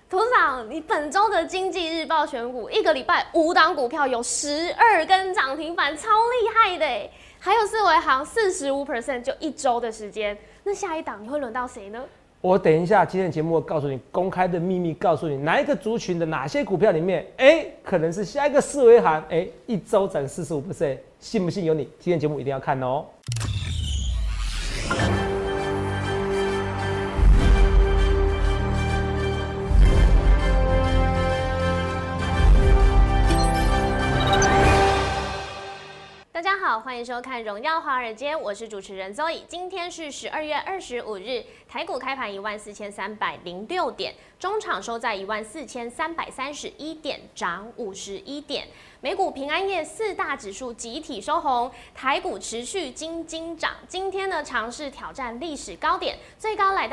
董事长，你本周的经济日报选股，一个礼拜5档股票有12根涨停板，超厉害的哎！还有四维行45%，就1周的时间。那下一档你会轮到谁呢？ 我等一下今天的节目会告诉你公开的秘密，告诉你哪一个族群的哪些股票里面，可能是下一个四维行，1周涨45%，信不信由你。今天节目一定要看哦。 大家好，欢迎收看《荣耀华尔街》，我是主持人 Zoe。今天是12月25日，台股开盘14306点，中场收在14331点，涨51点。美股平安夜4大指数集体收红，台股持续金涨。今天呢，尝试挑战历史高点，最高来到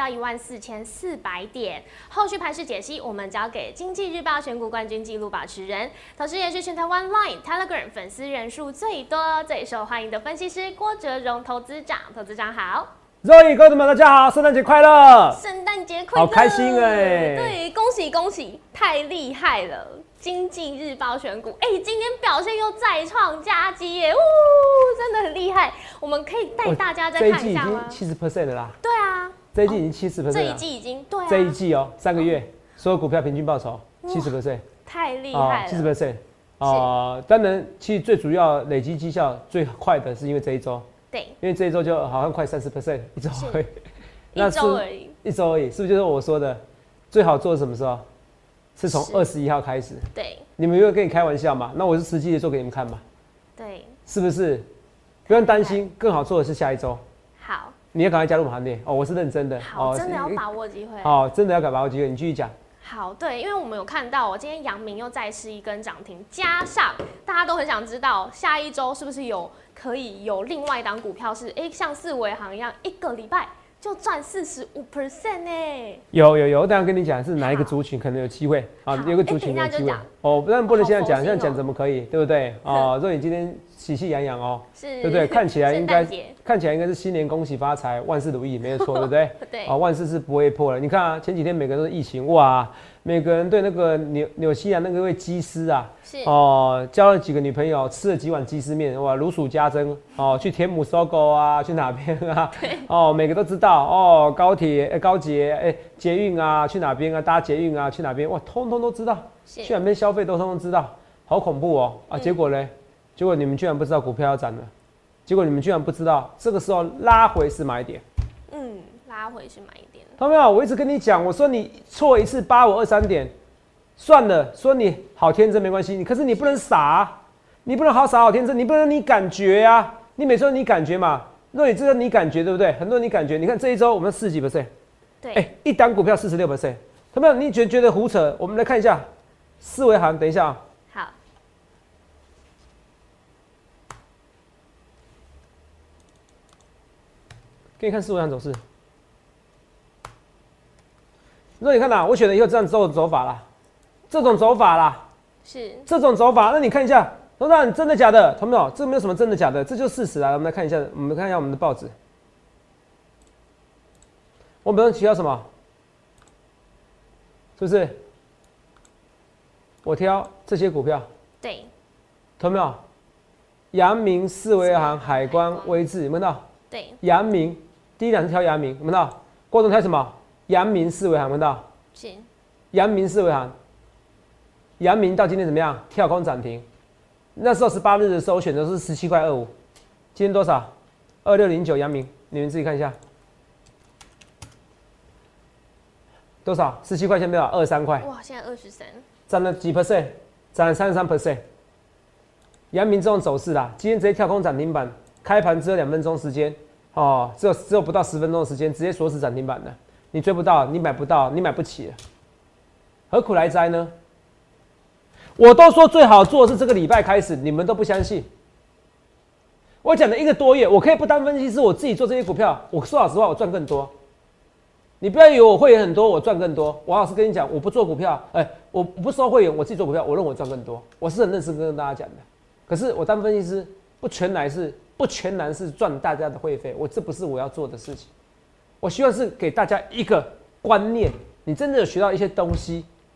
14400点。后续盘势解析，我们交给经济日报选股冠军纪录保持人，同时也是全台湾 Line、Telegram 粉丝人数最多、最受欢迎的分析师郭哲荣投资长。投资长好。 Zoe， 各位朋友大家好，圣诞节快乐！ 圣诞节快乐！ 好开心对，恭喜恭喜，太厉害了！经济日报选股，今天表现又再创佳绩耶，真的很厉害。我们可以带大家再看一下吗？ 这一季已经70%了啦。 对啊， 这一季已经70%了。 这一季已经对啊。 这一季3个月所有股票平均报酬70%， 太厉害了。 70%当然，其实最主要累积绩效最快的是因为这一周。对，因为这一周就好像快30%，一周而已。 一周而已， 一周而已，是不是就是我说的最好做的什么时候？是从21号开始。对，你们没有跟你开玩笑嘛？那我是实际的做给你们看嘛。对，是不是？不用担心，更好做的是下一周。好，你要赶快加入行列哦！我是认真的。 好，真的要把握机会。 好，真的要把握机会。你继续讲。 好，对，因为我们有看到今天阳明又再吃一根涨停，加上大家都很想知道下一周是不是可以有另外一档股票是像四维行一样，一个礼拜就赚45%呢？有，我等一下跟你讲是哪一个族群可能有机会啊？有个族群有机会哦，当然不能现在讲，这样讲怎么可以？对不对？哦，若你今天喜气洋洋哦，对不对？看起来应该是新年恭喜发财，万事如意，没有错，对不对？对啊，万事是不会破的。你看啊，前几天每个人都是疫情，哇，每个人对那个纽西兰那位机师啊，交了几个女朋友，吃了几碗鸡丝面，哇，如数家珍哦。去田姆搜狗啊，去哪边啊？每个都知道哦。高铁、高捷、捷运啊，去哪边啊？搭捷运啊，去哪边？哇，通通都知道。去哪边消费都通通知道，好恐怖哦！结果呢？结果你们居然不知道股票要涨了，结果你们居然不知道这个时候拉回是买点。 拉回是买点。看到没有？我一直跟你讲，我说你错一次8523点，算了，说你好天真没关系，可是你不能傻你不能好傻好天真，你不能你感觉啊，你每次都你感觉嘛，如果你知道你感觉对不对？很多人你感觉，你看这一周我们40几%，对，一档股票46%，看到没有？你觉得胡扯？我们来看一下四维行，等一下啊。 好。 给你看四维行走势。如果你看我选了以后这样走法啦，这种走法啦，是这种走法。那你看一下，董事长真的假的？同没有？这没有什么真的假的，这就是事实啦。我们来看一下，我们的报纸。我们提到什么？是不是？我挑这些股票。对，同没有？阳明、四维行、海关、威致，有没有看到？对，阳明第一档是挑阳明，有没有看到？郭总挑什么？阳明四维行，看到？是。阳明四维行，阳明到今天怎么样？跳空涨停。那时候18日的时候，我选的是17.25块，今天多少？2609阳明，你们自己看一下，多少？17块，现在多少？23块。 哇，现在23， 涨了几%？涨了33%。阳明这种走势啦，今天直接跳空涨停板，开盘只有2分钟时间，只有不到10分钟的时间，直接锁死涨停板了。你追不到，你买不到，你买不起了，何苦来哉呢？我都说最好做的是这个礼拜开始，你们都不相信。我讲了1个多月，我可以不当分析师，我自己做这些股票，我说老实话，我赚更多。你不要以为我会员很多，我赚更多。我老实跟你讲，我不做股票，我不收会员，我自己做股票，我认为我赚更多。我是很认真跟大家讲的。可是我当分析师，不全然是赚大家的会费，这不是我要做的事情。我希望是给大家一个观念，你真的有学到一些东西，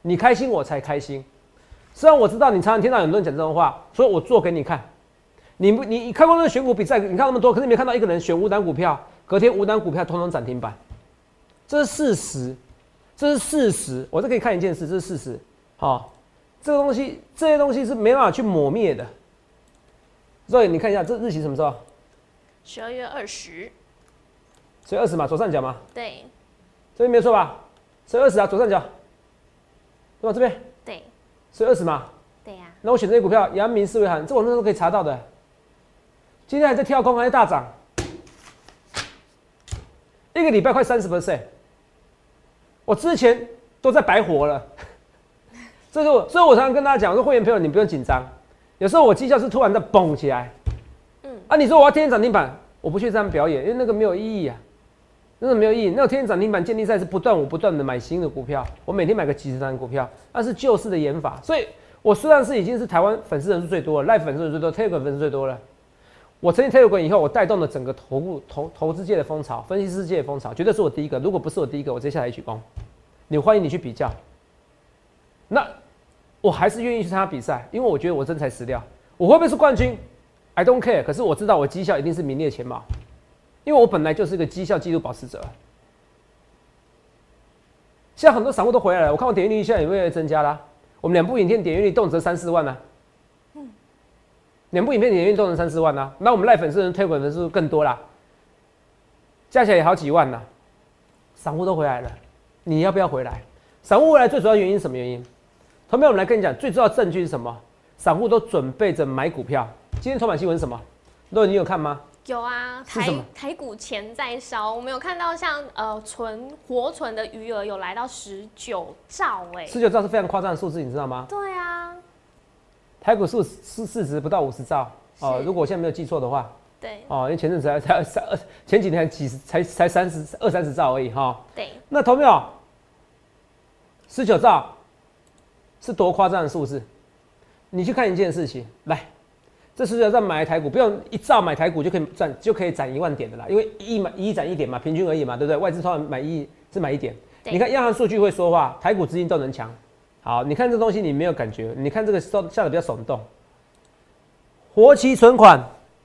你开心我才开心。虽然我知道你常常听到很多人讲这种话，所以我做给你看。你看过那个选股比赛，你看那么多，可是你没看到一个人选5档股票，隔天5档股票通通涨停板，这是事实，这是事实。我再给你看一件事，这是事实。好，这些东西是没办法去抹灭的。所以你看一下这日期什么时候 ？12月20。 12月20嘛，左上角嘛。 对。 这边没有错吧？12月20啊，左上角，对吧？这边。 对。 12月20嘛。 对呀。 那我选这些股票，阳明、四维航，这网上都可以查到的。今天还在跳空，还在大涨，一个礼拜快30%。我之前都在白活了。所以我常常跟大家讲，我说会员朋友你不用紧张，有时候我绩效是突然的蹦起来。你说我要天天涨停板，我不去这样表演，因为那个没有意义啊，真的没有意义。那个天天涨停板建立在是不断的买新的股票，我每天买个几十张股票，那是旧式的演法。所以我虽然是已经是台湾粉丝人数最多了 ，Live 粉丝人数最多 ，Telegram 粉丝最多了。我成立 Telegram 以后，我带动了整个投资界的风潮，分析师界的风潮，绝对是我第一个。如果不是我第一个，我直接下来一鞠躬。欢迎你去比较。那我还是愿意去参加比赛，因为我觉得我真材实料。我会不会是冠军 ？I don't care。可是我知道我绩效一定是名列前茅，因为我本来就是一个绩效纪录保持者。现在很多散户都回来了，我看我点阅率现在也越来越增加啦。我们2部影片点阅率动辄3-4万啊。2部影片点阅率动辄3-4万啊。那我们赖粉丝人推广人数更多啦，加起来也好几万啦。散户都回来了，你要不要回来？散户回来最主要原因是什么原因？同学们，我们来跟你讲，最重要的证据是什么？散户都准备着买股票。今天头版新闻是什么？你有看吗？ 有啊，台股钱在烧，我们有看到像活存的余额有来到19兆 19兆是非常夸张的数字，你知道吗？ 对啊， 台股市值不到50兆哦，如果我现在没有记错的话。 对哦，因为前阵子前几年才20-30兆而已哈。 对， 那投票19兆是多夸张的数字？你去看一件事情，来，这19兆买台股，不用1兆买台股就可以涨1万点的啦，因为1亿涨1点嘛，平均而已嘛，对不对？外资通常买1点。你看央行数据会说话，台股资金动能强。好，你看这东西你没有感觉，你看这个下的比较耸动，活期存款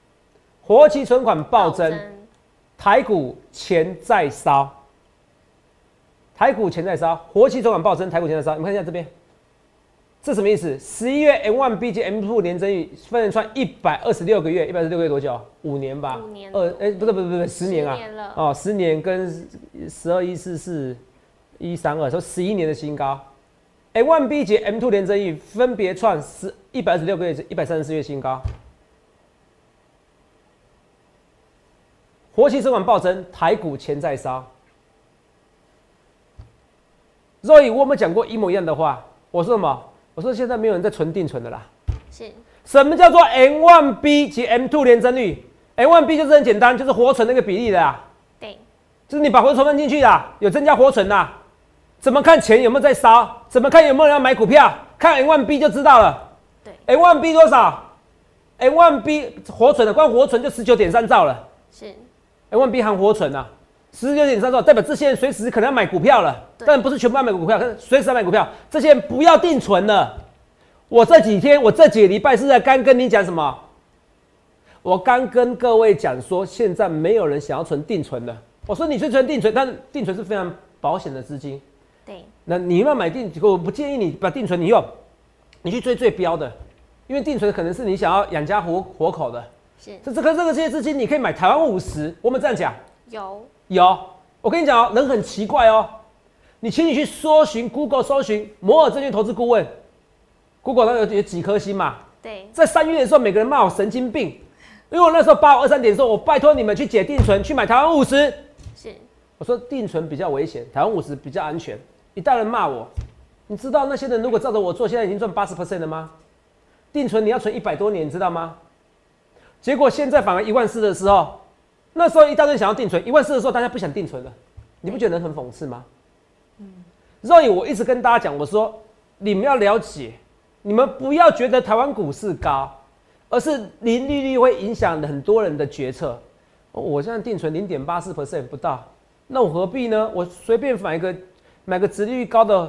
暴增，台股钱在烧，活期存款暴增，台股钱在烧。你们看一下这边，这什么意思？11月 M1B 及 M2 年增率分成算126个月，126个月多久？5年吧？5年。不是10年啊！哦，10年跟12、14、132，说11年的新高。M1B 及 M2 年增率分别创126个月、134月新高。活期存款暴增，台股钱在烧。Roy， 我有没有讲过一模一样的话？我说什么？我说现在没有人在存定存的啦。 是。 什么叫做 M1B 及 M2 年增率 ？M1B 就是很简单，就是活存那个比例的啦。 对。 就是你把活存放进去啦，有增加活存啦。怎么看钱有没有在烧？怎么看有没有人要买股票？看 M1B 就知道了。对。M1B 多少 ？M1B 活存的，光活存就19.3兆了。 是。 M1B 含活存啊，19.3兆，代表这些人随时可能要买股票了，但不是全部要买股票，随时要买股票。这些人不要定存了。我这几个礼拜是在刚跟你讲什么？我刚跟各位讲说，现在没有人想要存定存的。我说你去存定存，但定存是非常保险的资金。 对。那你要买我不建议你把定存你去追最标的，因为定存可能是你想要养家活口的。是，这些资金你可以买台湾50，我们这样讲。有，我跟你讲哦，人很奇怪哦。请你去搜寻 Google 搜寻摩尔证券投资顾问 ，Google 上有几颗星嘛？对。在3月的时候，每个人骂我神经病，因为我那时候8号23点的时候，我拜托你们去解定存，去买台湾50。是。我说定存比较危险，台湾50比较安全。一大人骂我，你知道那些人如果照着我做，现在已经赚80% 了吗？定存你要存100多年，你知道吗？结果现在反而14000的时候，那时候一大堆想要定存，14000的时候大家不想定存了，你不觉得人很讽刺吗？所以我一直跟大家讲，我说你们要了解，你们不要觉得台湾股市高，而是零利率会影响很多人的决策。我现在定存0.84% 不到，那我何必呢？我随便买个殖利率高的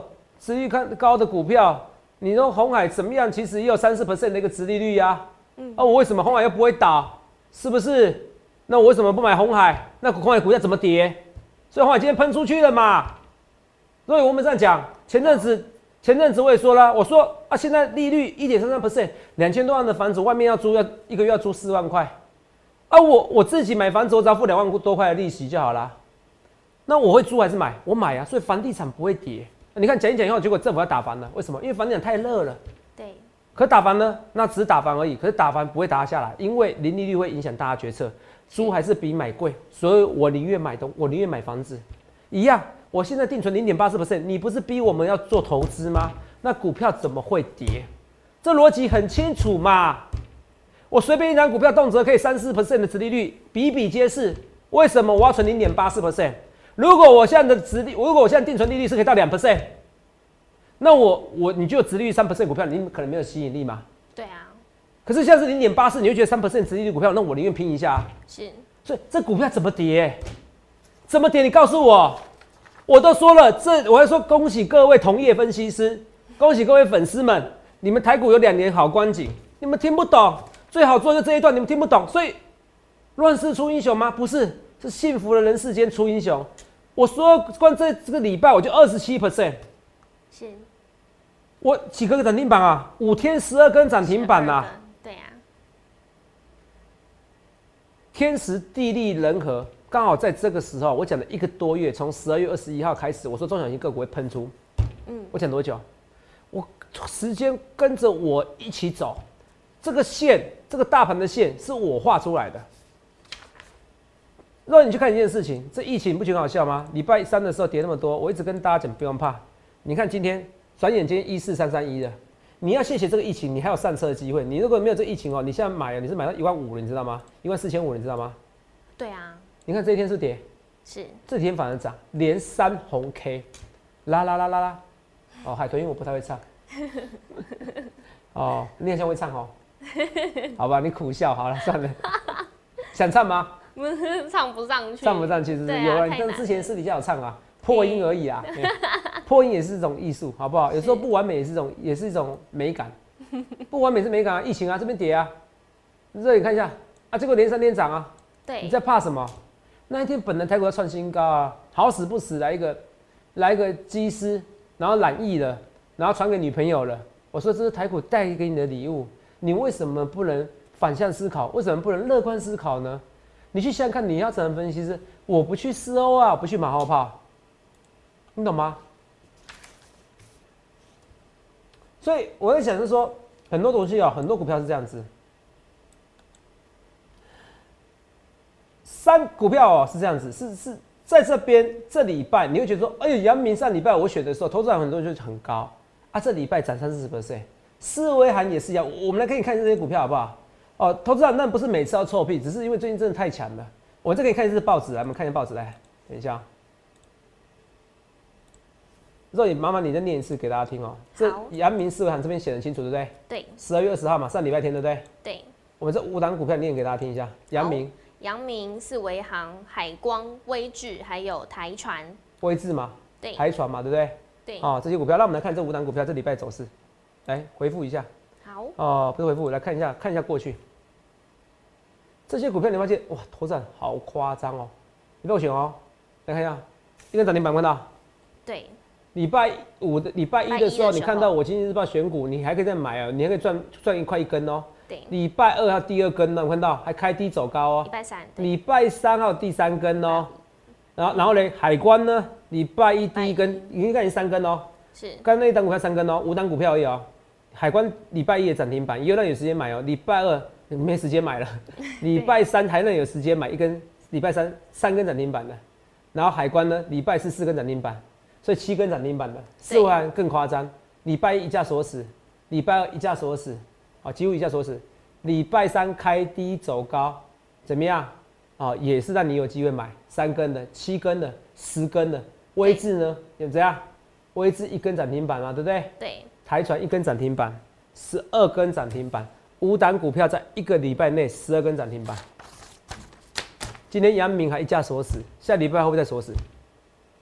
殖利率高的股票，你说鸿海怎么样？其实也有30% 的一个殖利率呀。我为什么鸿海又不会倒？是不是？那我为什么不买鸿海？那鸿海股价怎么跌？所以鸿海今天喷出去了嘛。所以我们这样讲，前阵子我也说了，我说啊，现在利率1.33%，2000多万的房子，外面要租一个月要租4万块，啊，我自己买房子，我只要付2万多块的利息就好了。那我会租还是买？我买啊，所以房地产不会跌。你看讲一讲以后，结果政府要打房了，为什么？因为房地产太热了。 对。 可打房呢？那只是打房而已，可是打房不会打下来，因为零利率会影响大家决策，租还是比买贵，所以我宁愿买房子。一样，我现在定存0.84%，你不是逼我们要做投资吗？那股票怎么会跌？这逻辑很清楚嘛。我随便一张股票动辄可以3-4% 的殖利率，比比皆是。为什么我要存0.84%？如果我现在定存利率是可以到2%，那你就有殖利率3% 股票，你可能没有吸引力嘛？ 对啊。 可是现在是0.84，你会觉得3% 殖利率股票，那我宁愿拼一下啊。 是。 所以这股票怎么跌？怎么跌？你告诉我。我都说了，我还说恭喜各位同业分析师，恭喜各位粉丝们，你们台股有2年好光景，你们听不懂，最好做就这一段，你们听不懂，所以乱世出英雄吗？不是，是幸福的人世间出英雄。我说光这个礼拜我就27%， 是， 我几个涨停板啊，5天12根涨停板啊， 对啊， 天时地利人和。刚好在这个时候，我讲了1个多月，从12月21号开始，我说中小型个股会喷出。我讲多久？我时间跟着我一起走，这个线，这个大盘的线是我画出来的。如果你去看一件事情，这疫情不觉得好笑吗？礼拜3的时候跌那么多，我一直跟大家讲不用怕。你看今天，转眼间14331了。你要谢谢这个疫情，你还有上车的机会。你如果没有这个疫情哦，你现在买了，你是买到15000了，你知道吗？14500，你知道吗？ 对啊。 你看这一天是跌， 是这几天反而涨，连3红 K， 啦。哦，海豚音我不太会唱，哦，你好像会唱哦，好吧，你苦笑好了，算了，想唱吗？ 唱不上去， 唱不上去是不是？有啊，但之前私底下有唱啊，破音而已啊，破音也是一种艺术，好不好？有时候不完美也是一种美感，不完美是美感啊，疫情啊，这边跌啊，这你看一下啊，结果连3天涨啊， 对， 你在怕什么？那一天本来台股要创新高啊，好死不死来一个机师，然后染疫了，然后传给女朋友了。我说这是台股带给你的礼物，你为什么不能反向思考？为什么不能乐观思考呢？你去想想看，你要怎么分析？是我不去4欧啊，我不去马后炮，你懂吗？所以我在想是说，很多东西啊，很多股票是这样子。股票哦是这样子，是在这边这礼拜你会觉得说，哎呦，阳明上礼拜我选的时候，投资人很多人就很高啊，这礼拜涨30-40%，思维函也是一样。我们来可以看这些股票好不好？哦，投资人那不是每次要臭屁，只是因为最近真的太强了。我这可以看一次报纸，来，我们看一下报纸来，等一下。肉眼麻烦你再念一次给大家听哦。这阳明思维函这边写得很清楚，对不对？ 对。 12月20号嘛，上礼拜天，对不对？ 对。 我们这5档股票念给大家听一下， 阳明、四维航、海光、威智，还有台船。 威智嘛， 对， 台船嘛，对不对？ 对。 哦，这些股票，那我们来看这5档股票这礼拜走势，来回复一下。 好。哦， 不是回复，来看一下过去。这些股票你发现哇，投资人好夸张哦，你给我选哦，来看一下，一根涨停板看到？ 对。 礼拜1的时候，你看到我经济日报选股，你还可以再买哦，你还可以赚1块1根哦。礼拜2还有第2根呢，我看到还开低走高哦。礼拜3还有第3根哦，然后嘞，海关呢，礼拜1第1根，应该已经3根哦。是。刚那一档股票3根哦，5档股票而已哦。海关礼拜1也涨停板，也有人有时间买哦。礼拜2没时间买了，礼拜3还能有时间买1根，礼拜3根涨停板的。然后海关呢，礼拜4 4根涨停板，所以7根涨停板的。思维函更夸张，礼拜1一价锁死，礼拜2一价锁死。几乎一价锁死，礼拜3开低走高，怎么样？也是让你有机会买3根的、7根的、10根的。威智呢，有怎样？威智1根涨停板嘛，对不对？ 对。 台船1根涨停板，12根涨停板，5档股票在1个礼拜内12根涨停板。今天阳明还一价锁死，下礼拜会不会再锁死？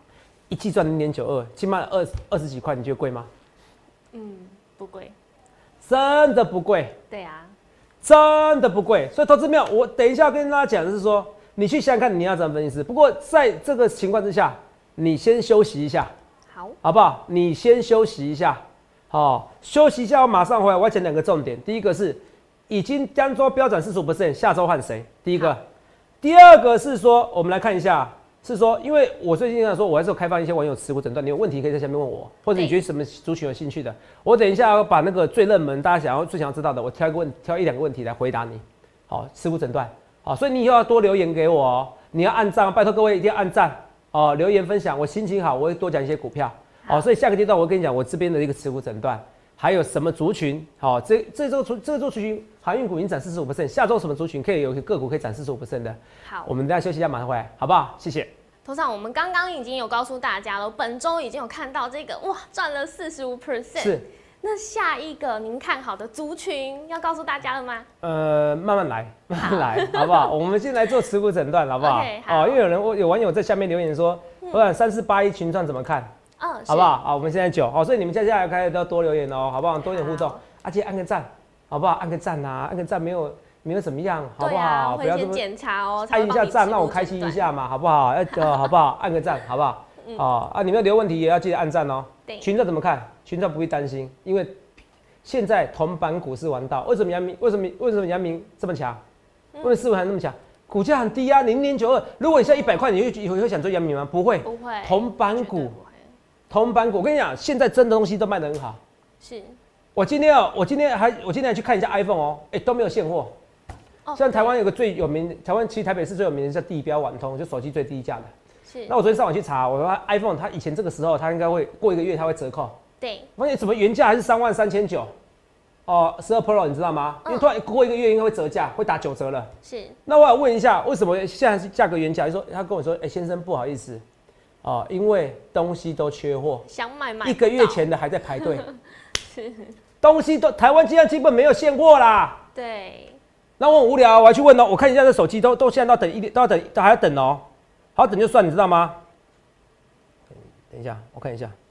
一季赚0.92，起码20几块，你觉得贵吗？ 不贵， 真的不贵。 对啊， 真的不贵。所以投资没有，我等一下要跟大家讲的是说，你去想想看你要怎么分析师。不过在这个情况之下，你先休息一下，好不好？你先休息一下，好，休息一下，我马上回来。我要讲2个重点，第一个是已经将周标涨45%，下周换谁？第一个，第二个是说，我们来看一下。是说，因为我最近想说，我还是有开放一些网友持股诊断，你有问题可以在下面问我，或者你觉得什么族群有兴趣的，我等一下要把那个最热门、大家最想要知道的，我挑1、2个问题来回答你。好，持股诊断，好，所以你以后要多留言给我哦，你要按赞，拜托各位一定要按赞哦，留言分享，我心情好，我会多讲一些股票。好，所以下个阶段我跟你讲我这边的一个持股诊断，还有什么族群，好，这周族群航运股已经涨45%，下周什么族群可以有个股可以涨45%的？好，我们等一下休息一下，马上回来，好不好？谢谢。 头长，我们刚刚已经有告诉大家了，本周已经有看到这个哇，赚了45%。是。那下一个您看好的族群要告诉大家了吗？ 慢慢来，好不好？我们先来做持股诊断，好不好？ Okay, 好。 因为有网友在下面留言说，我想3481群创怎么看？好不好？好，我们现在9，所以你们接下来开始都要多留言哦，好不好？多一点互动，记得按个赞，好不好？按个赞啊，按个赞没有怎么样，好不好？ 不要先检查哦， 按一下赞，让我开心一下嘛，好不好？好不好？按个赞，好不好？你们要留问题也要记得按赞哦。群众怎么看？群众不必担心，因为现在铜板股市玩到，为什么阳明这么强？为什么世文还那么强？股价很低啊，0.92。如果你现在100块，你会想追阳明吗？不会， 不会。 铜板股，我跟你讲，现在真的东西都卖得很好。 是。 我今天还去看一下 iPhone 哦，都没有现货。像台湾有个最有名，其实台北市最有名的叫地标网通，就手机最低价的。是。那我昨天上网去查，我说 iPhone 它以前这个时候它应该会过1个月它会折扣。对。发现怎么原价还是33900？哦，12 Pro 你知道吗？因为突然过1个月应该会折价，会打9折了。是。那我想问一下，为什么现在是价格原价？他跟我说，先生不好意思，因为东西都缺货， 想买 1个月前的还在排队。是。东西都台湾现在基本没有现货啦。对。那我很无聊，我还去问哦。我看一下这手机都现在都还要等哦。好等就算，你知道吗？等一下，我看一下。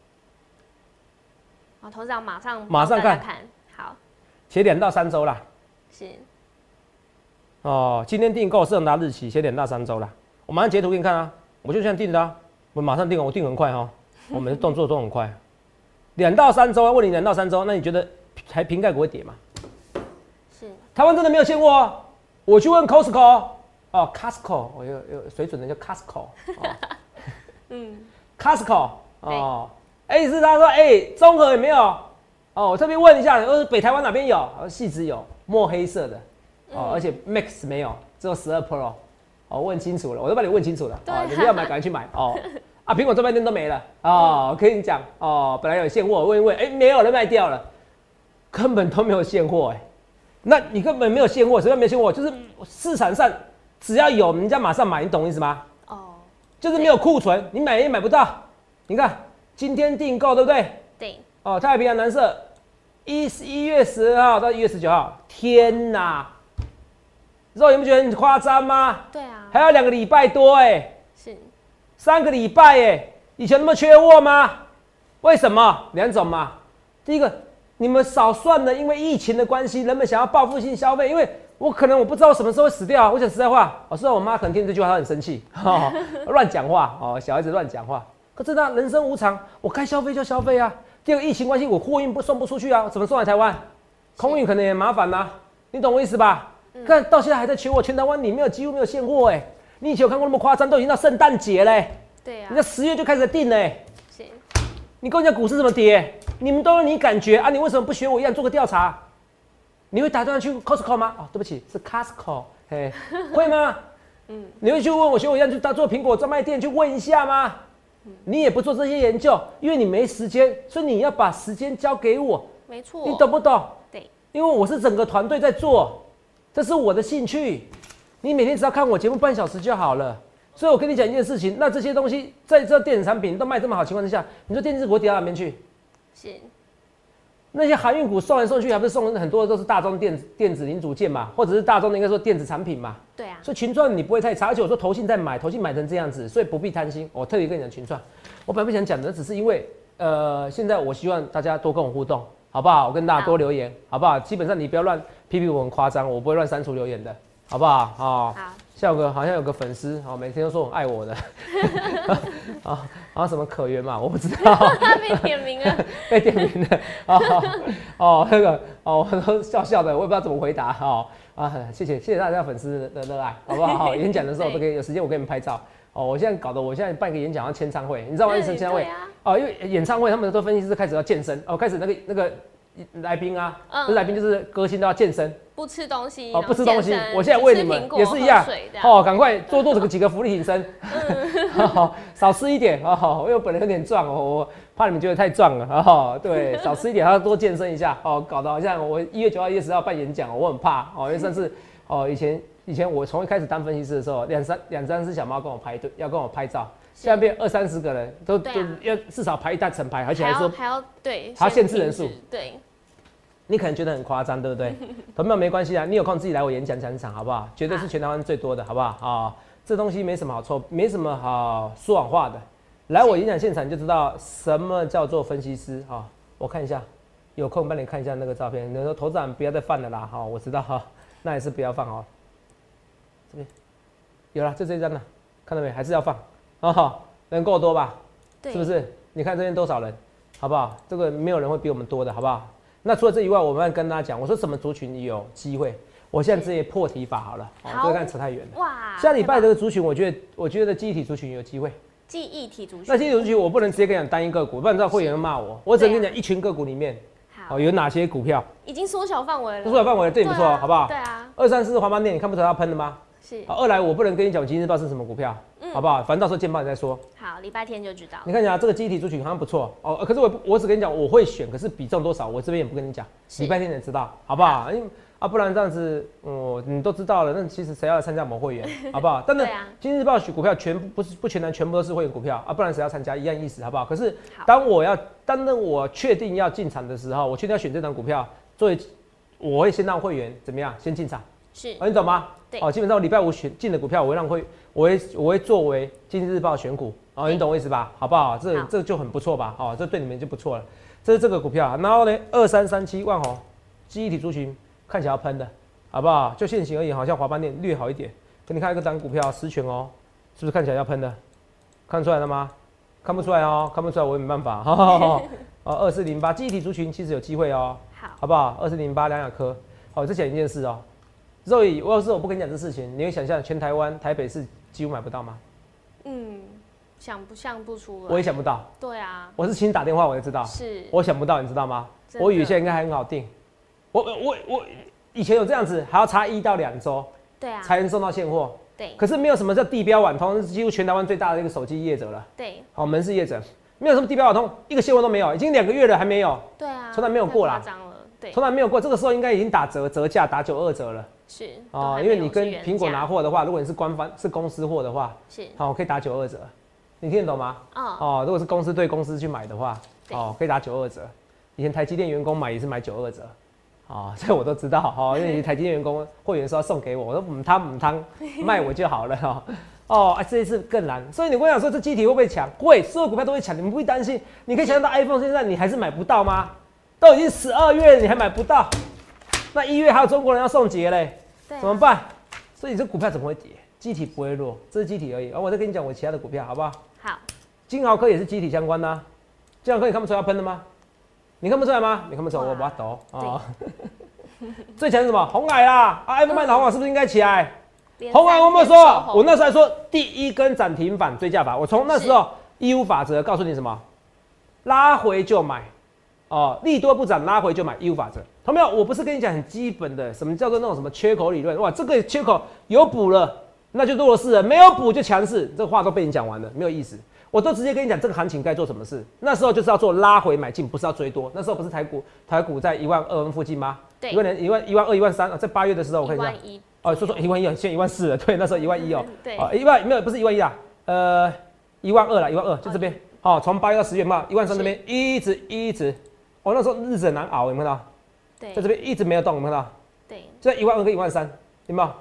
头长马上看。好。 写2到3周啦。是。今天订购是拿日期，写2到3周啦。我马上截图给你看啊，我就这样订的啊，我马上订，我订很快哈，我们动作都很快。2到3周，问你2到3周，那你觉得还瓶盖股会跌吗？台湾真的没有现货哦，我去问 Costco，Costco， 我有水准的叫 Costco， Costco， 是他说中和有没有？我特别问一下，北台湾哪边有？汐止有，墨黑色的，而且 Max 没有，只有12 Pro， 问清楚了，我都帮你问清楚了，你们要买赶快去买哦。苹果专卖店都没了我跟你讲本来有现货，问一问，没有人卖掉了，根本都没有现货那你根本没有现货，什么没有现货？就是市场上只要有人家马上买，你懂意思吗？就是没有库存，你买也买不到。你看今天订购对不对？对。太平洋蓝色，1月12号到1月19号，天哪！肉有没有觉得很夸张吗？对啊。还要2个礼拜多是。3个礼拜以前那么缺货吗？为什么？2种嘛。第一个。你们少算了，因为疫情的关系，人们想要报复性消费。因为我不知道什么时候会死掉我讲实在话，虽然我妈可能听这句话她很生气，乱讲话小孩子乱讲话。可是呢，人生无常，我该消费就消费啊。第二个疫情关系，我货运送不出去啊，怎么送来台湾？空运可能也麻烦啊，你懂我意思吧？看到现在还在缺货，全台湾你几乎没有现货你以前有看过那么夸张？都已经到圣诞节嘞，对啊，你在10月就开始订嘞。是。你跟我讲股市怎么跌？你们都有你感觉你为什么不学我一样做个调查？你会打电话去 Costco 吗？对不起，是 Costco， 会吗？你会去问我学我一样去做苹果专卖店去问一下吗？你也不做这些研究，因为你没时间，所以你要把时间交给我。没错，你懂不懂？对，因为我是整个团队在做，这是我的兴趣。你每天只要看我节目半小时就好了。所以我跟你讲一件事情，那这些东西在这电子产品都卖这么好的情况之下，你说电子股会跌到哪边去？是。那些航运股送来送去，还不是送很多都是大宗电子零组件嘛，或者是大宗的应该说电子产品嘛。对啊。所以群创你不会太差，而且我说投信在买，投信买成这样子，所以不必贪心。我特别跟你讲群创， 我本来不想讲的，只是因为现在我希望大家多跟我互动，好不好？我跟大家多留言，好不好？基本上你不要乱批评我很夸张，我不会乱删除留言的，好不好？好。像好像有个粉丝每天都说很爱我的，然后什么可媛嘛，我不知道。 他被点名了。 被点名了。那个我都笑的，我也不知道怎么回答谢谢大家粉丝的热爱，好不好？演讲的时候都可以有时间我给你们拍照。我现在我现在办一个演讲要签唱会，你知道吗？签唱会因为演唱会他们都分析师开始要健身开始那个来宾啊，不是来宾就是歌星都要健身。 不吃东西不吃东西。我现在喂你们也是一样赶快多几个浮力挺身，少吃一点因为我本人有点壮我怕你们觉得太壮了对，少吃一点，还要多健身一下搞得好像我1月9号、1月10号办演讲我很怕因为上次以前我从一开始当分析师的时候，两三只小猫跟我排队要跟我拍照，现在变20-30个人都要至少排一大整排，而且还要对， 还要限制人数， 对。 你可能觉得很夸张，对不对？同学们没关系啊，你有空自己来我演讲讲一场，好不好？绝对是全台湾最多的，好不好？这东西没什么好错，没什么好说谎话的。来我演讲现场就知道什么叫做分析师我看一下，有空帮你看一下那个照片。你说头长不要再放了啦我知道那也是不要放这边有了，就这张了，看到没？还是要放人够多吧？是不是？你看这边多少人，好不好？这个没有人会比我们多的，好不好？那除了这以外，我们要跟大家讲，我说什么族群有机会？我现在直接破题法好了，这个看扯太远了。哇！下礼拜这个族群，我觉得记忆体族群有机会。 记忆体族群。 那记忆体族群我不能直接跟你讲单一个股，不然知道会员骂我。我只能跟你讲一群个股里面，有哪些股票？ 已经缩小范围了。 缩小范围对你不错，好不好？ 对啊。 234华邦电，你看不出来要喷了吗？ 是。 二来我不能跟你讲今日报是什么股票，好不好？反正到时候见报你再说。 好，礼拜天就知道。 你看一下这个记忆体族群好像不错可是我只跟你讲我会选，可是比重多少我这边也不跟你讲，礼拜天你知道，好不好？不然这样子你都知道了，那其实谁要来参加我们会员，好不好？但是今日报股票不全然全部都是会员股票不然谁要参加一样意思，好不好？可是当我确定要进场的时候，我确定要选这张股票作为，我会先让会员怎么样先进场， 是你懂吗？ 对基本上礼拜五进的股票，我会作为今日报选股你懂我意思吧？好不好？这就很不错吧？这对你们就不错了。这是这个股票，然后呢，2337万宏，记忆体族群看起来要喷的，好不好？就现行而言，好像华邦电略好一点。给你看一个单股票实权是不是看起来要喷的？看出来了吗？看不出来看不出来我也没办法。2408记忆体族群其实有机会好不好？2408两亚科，这讲一件事肉以要是我不跟你讲这事情，你会想象全台湾台北市几乎买不到吗？ 想不出来。 我也想不到。 对啊。 我是请你打电话我就知道。 是。我想不到，你知道吗？我以为现在应该还很好订。我以前有这样子，还要差1到2周， 对啊， 才能送到现货。 对。可是没有什么叫地标晚通，几乎全台湾最大的一个手机业者了。 对。 门市业者，没有什么地标晚通，一个现货都没有，已经2个月了还没有。 对啊。 从来没有过啦。 太夸张了。对。 从来没有过，这个时候应该已经打折价打92折了。 是。 因为你跟苹果拿货的话，如果你是官方是公司货的话， 是。 可以打92折。你听得懂吗？如果是公司对公司去买的话，可以打92折。以前台积电员工买也是买92折。这我都知道因为台积电员工会员说要送给我，我说母汤卖我就好了这一次更难。所以你跟我讲说这机体会不会抢？会，所有股票都会抢，你们不会担心。你可以想象到 iPhone 现在你还是买不到吗？都已经12月了，你还买不到？那1月还有中国人要送节嘞，怎么办？所以这股票怎么会跌？机体不会弱，这是机体而已。我再跟你讲我其他的股票，好不好？ 好。 金豪科也是机体相关的金豪科你看不出来要喷的吗？你看不出来吗？你看不出来，我把它抖最强是什么？红海啦！iPhone 卖的红海是不是应该起来？红海我有没有说？我那时候还说第一根涨停板追价法，我从那时候义务法则告诉你什么？拉回就买利多不涨拉回就买，义务法则。同没有？我不是跟你讲很基本的，什么叫做那种什么缺口理论？哇，这个缺口有补了，那就弱势了；没有补就强势。这个话都被你讲完了，没有意思。我都直接跟你讲这个行情该做什么事。那时候就是要做拉回买进，不是要追多。那时候不是台股在12000附近吗？ 对 ，12000、12000、13000，在8月的时候我看一下。说11000，现在14000了。对，那时候11000 对。 没有，不是11000啦，12000啦，12000就这边。从8月到10月嘛，13000这边一直，那时候日子很难熬，有没有看到？ 对， 在这边一直没有动，有没有看到？ 对， 就在12000跟13000，有没有？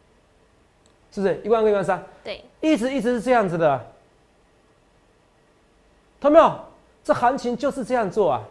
是不是12000跟13000？ 对， 一直是这样子的。 看到没有？这行情就是这样做啊。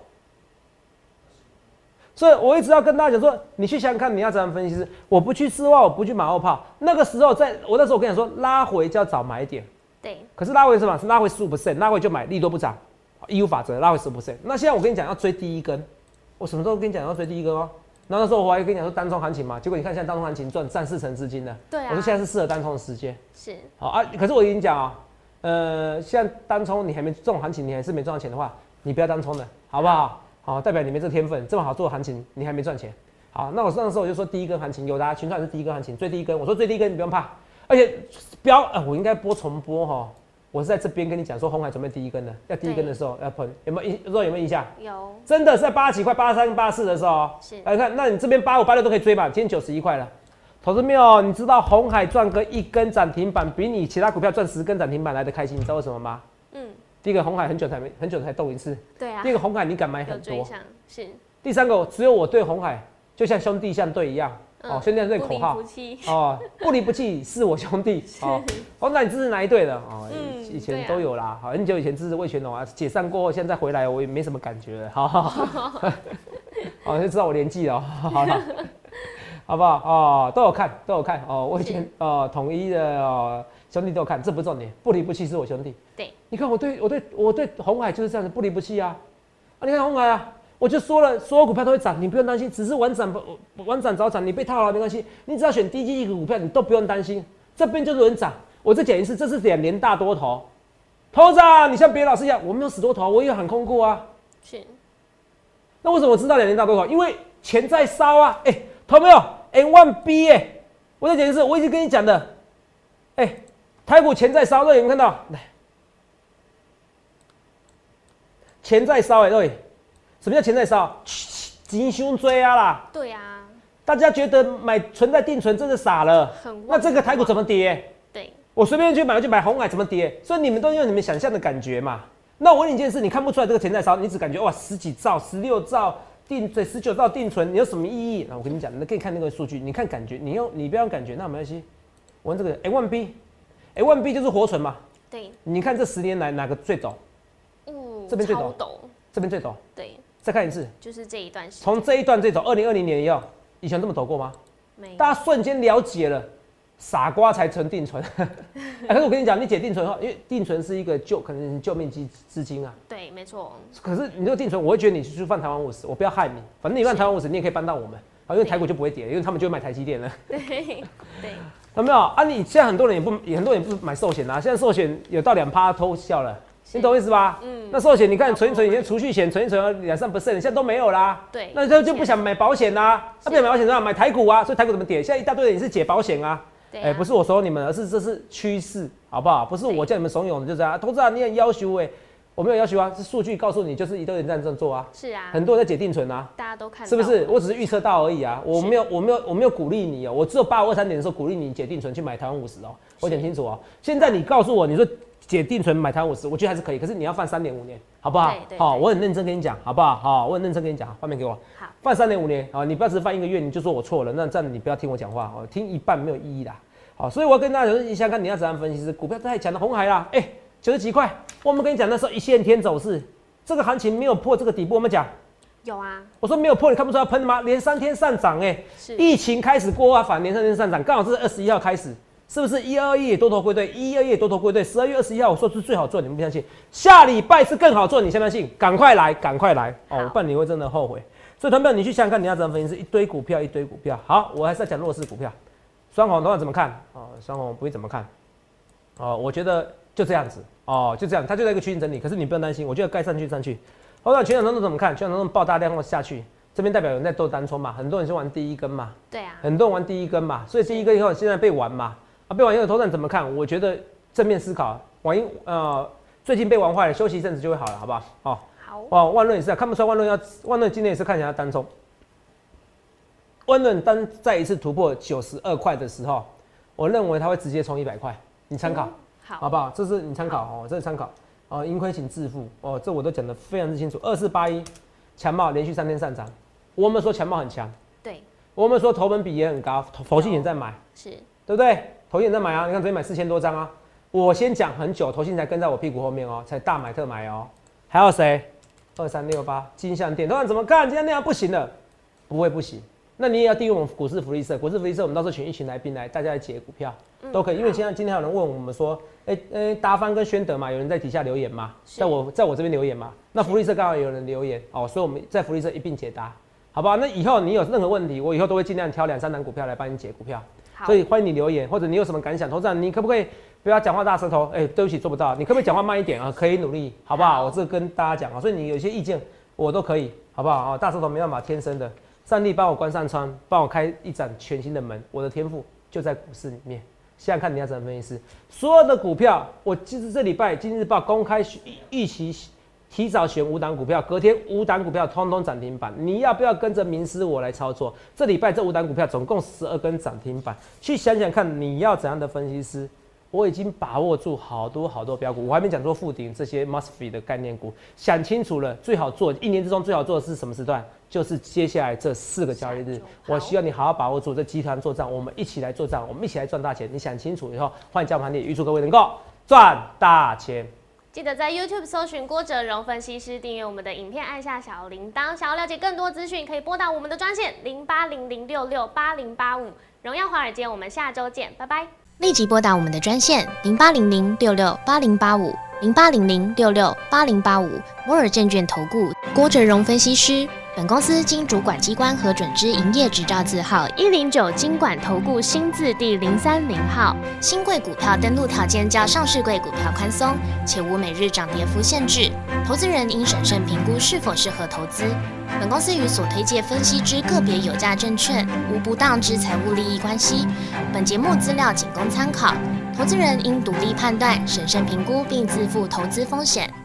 所以我一直要跟大家讲说，你去想想看，你要怎样分析师？我不去丝袜，我不去马后炮。那个时候我那时候我跟你说，拉回就要早买点。 对。可是拉回是什么？是拉回15%，拉回就买，利多不涨，义务法则拉回15%。那现在我跟你讲要追第一根，我什么时候跟你讲要追第一根哦？那时候我还跟你讲说单冲行情嘛，结果你看现在单冲行情占40%资金了。 对啊。 我说现在是适合单冲的时间。 是。 好啊，可是我已经讲啊，现在单冲你还没这种行情，你还是没赚到钱的话，你不要单冲的，好不好？好，代表你没这天分，这么好做的行情你还没赚钱。好，那我那时候我就说第一根行情有的群创是第一根行情，最低一根，我说最低一根你不用怕，而且我应该重播哈，我是在这边跟你讲说鸿海准备第一根的，要第一根的时候要喷，有没有印象？ 有，真的是在80几块、83、84的时候，是，来看，那你这边85、86都可以追吧，今天91块了。投资没有？你知道鸿海赚个一根涨停板，比你其他股票赚10根涨停板来的开心，你知道为什么吗？第一个鸿海很久才动一次， 对啊。 第二个鸿海你敢买很多， 是。 第三个只有我对鸿海就像兄弟像队一样，兄弟像队口号，不离不弃是我兄弟。鸿海你支持哪一队的？以前都有啦，很久以前支持魏全龙啊，解散过后现在回来我也没什么感觉了，就知道我年纪了，好了，好不好？都有看魏全统一的兄弟都有看，这不是重点，不离不弃是我兄弟。 对， 你看我对鸿海就是这样子，不离不弃啊！你看鸿海啊，我就说了，所有股票都会涨，你不用担心，只是晚涨早涨，你被套牢没关系，你只要选低基一个股票，你都不用担心。这边就是轮涨，我再讲一次，这是2连大多头，头子啊，你像别的老师一样，我没有死多头，我也有喊空过啊。 是。 那为什么我知道2连大多头？因为钱在烧啊！投没有 N1B 我再讲一次，我已经跟你讲的，台股钱在烧，各位有没有看到？来，钱在烧，各位，什么叫钱在烧？钱伤追啊啦！ 对啊， 大家觉得买存在定存真的傻了。那这个台股怎么跌？ 对， 我随便去买鸿海怎么跌？所以你们都用你们想象的感觉嘛。那我问你一件事，你看不出来这个钱在烧，你只感觉哇10几兆、16兆19兆定存，你有什么意义？我跟你讲，你可以看那个数据，你看感觉，你不要用感觉，那没关系。我问这个 A1B 就是活存嘛。对。你看这10年来哪个最陡？这边最陡。这边最陡。对。再看一次。就是这一段时间。从这一段最陡，2020年以后，以前这么陡过吗？没有。大家瞬间了解了，傻瓜才存定存。可是我跟你讲，你解定存的话，因为定存是一个可能是救命资金啊。对，没错。可是你这个定存，我会觉得你去放台湾50，我不要害你，反正你放台湾50，你也可以帮到我们。因为台股就不会跌，因为他们就会买台积电了。对。有没有啊？你现在很多人也不买寿险啊，现在寿险有到2%偷笑了，你懂我意思吧？那寿险你看存一存，以前储蓄险存一存2-3%，现在都没有啦。对。那就不想买保险啦，不想买保险的话买台股啊，所以台股怎么跌？现在一大堆人也是解保险啊。不是我怂恿你们，而是这是趋势，好不好？不是我叫你们怂恿的，就这样。投资啊，你很要求我没有要求啊，是数据告诉你，就是一堆人这样做啊。是啊，很多人在解定存啊，大家都看到，是不是？我只是预测到而已啊，我没有鼓励你哦，我只有8523点的时候鼓励你解定存去买台湾50哦，我讲清楚哦。现在你告诉我，你说解定存买台湾50，我觉得还是可以，可是你要放3.5年，好不好？好，我很认真跟你讲，好不好？好，我很认真跟你讲，画面给我。好，放3.5年，好，你不要只放1个月你就说我错了，那这样你不要听我讲话哦，听一半没有意义啦。好，所以我要跟大家讲，你想看你要怎样分析？是股票太强的鸿海啦，90几块，我们跟你讲那时候一线天走势，这个行情没有破这个底部，我们讲有啊。我说没有破，你看不出来喷吗？连3天上涨疫情开始过后反连3天上涨，刚好是21号开始，是不是？121也多头归队，112也多头归队，12月21号我说是最好做，你们不相信？下礼拜是更好做，你相不相信？赶快来哦，不然你会真的后悔。所以团票你去想想看，你要怎么分析？是一堆股票。好，我还是要讲弱势股票。双红的话怎么看？双红不会怎么看？我觉得就这样子就这样，它就在一个区间整理。可是你不用担心，我觉得该上去。后来全场都怎么看？全场都爆大量下去，这边代表有人在做单冲嘛，很多人是玩第一根嘛，对啊，很多人玩第一根嘛，所以第一根以后现在被玩嘛，被玩以后头场怎么看？我觉得正面思考，最近被玩坏了，休息一阵子就会好了，好不好？好，万润也是看不出来，万润今天也是看起来单冲。万润当再一次突破92块的时候，我认为它会直接冲100块，你参考，好不好？这是你参考这是参考盈亏请自负这我都讲得非常之清楚。2481强茂连续3天上涨，我们说强茂很强，对，我们说投本比也很高，投信也在买，是对不对？投信也在买啊，你看昨天买4000多张啊，我先讲很久，投信才跟在我屁股后面才大买特买还有谁？2368金像电，老板怎么看？今天那样不行了，不会不行。那你也要订阅我们股市福利社，股市福利社我们到时候请一群来宾来，大家来解股票都可以。因为今天还有人问我们说，达方跟宣德嘛，有人在底下留言嘛，在我这边留言嘛，那福利社刚好有人留言哦，所以我们在福利社一并解答，好不好？那以后你有任何问题，我以后都会尽量挑2、3档股票来帮你解股票。所以欢迎你留言，或者你有什么感想，投资人你可不可以不要讲话大舌头？对不起做不到，你可不可以讲话慢一点啊？可以努力，好不好？我这跟大家讲啊，所以你有一些意见我都可以，好不好？大舌头没办法，天生的。上帝帮我关上窗，帮我开一盏全新的门，我的天赋就在股市里面。现在看你要怎么分析师，所有的股票，我其实这礼拜《今日报》公开预期提早选5档股票，隔天5档股票通通涨停板。你要不要跟着名师我来操作？这礼拜这5档股票总共12根涨停板，去想想看你要怎样的分析师。我已经把握住好多标股，我还没讲做富鼎这些 MOSFET 的概念股，想清楚了，最好做1年之中最好做的是什么时段？就是接下来这4个交易日。我希望你好好把握住这集团作战，我们一起来作战，我们一起来赚大钱。你想清楚以后，欢迎加入行列，预祝各位能够赚大钱。 记得在 YouTube 搜寻郭哲荣分析师，订阅我们的影片，按下小铃铛。想要了解更多资讯，可以拨打我们的专线0800668085。荣耀华尔街，我们下周见，拜拜。 立即拨打我们的专线0800668085，0800668085。摩尔证券投顾郭哲荣分析师。本公司经主管机关核准之营业执照字号109金管投顾新字第030号。新贵股票登录条件较上市贵股票宽松，且无每日涨跌幅限制。投资人应审慎评估是否适合投资。本公司与所推介分析之个别有价证券无不当之财务利益关系。本节目资料仅供参考，投资人应独立判断、审慎评估并自负投资风险。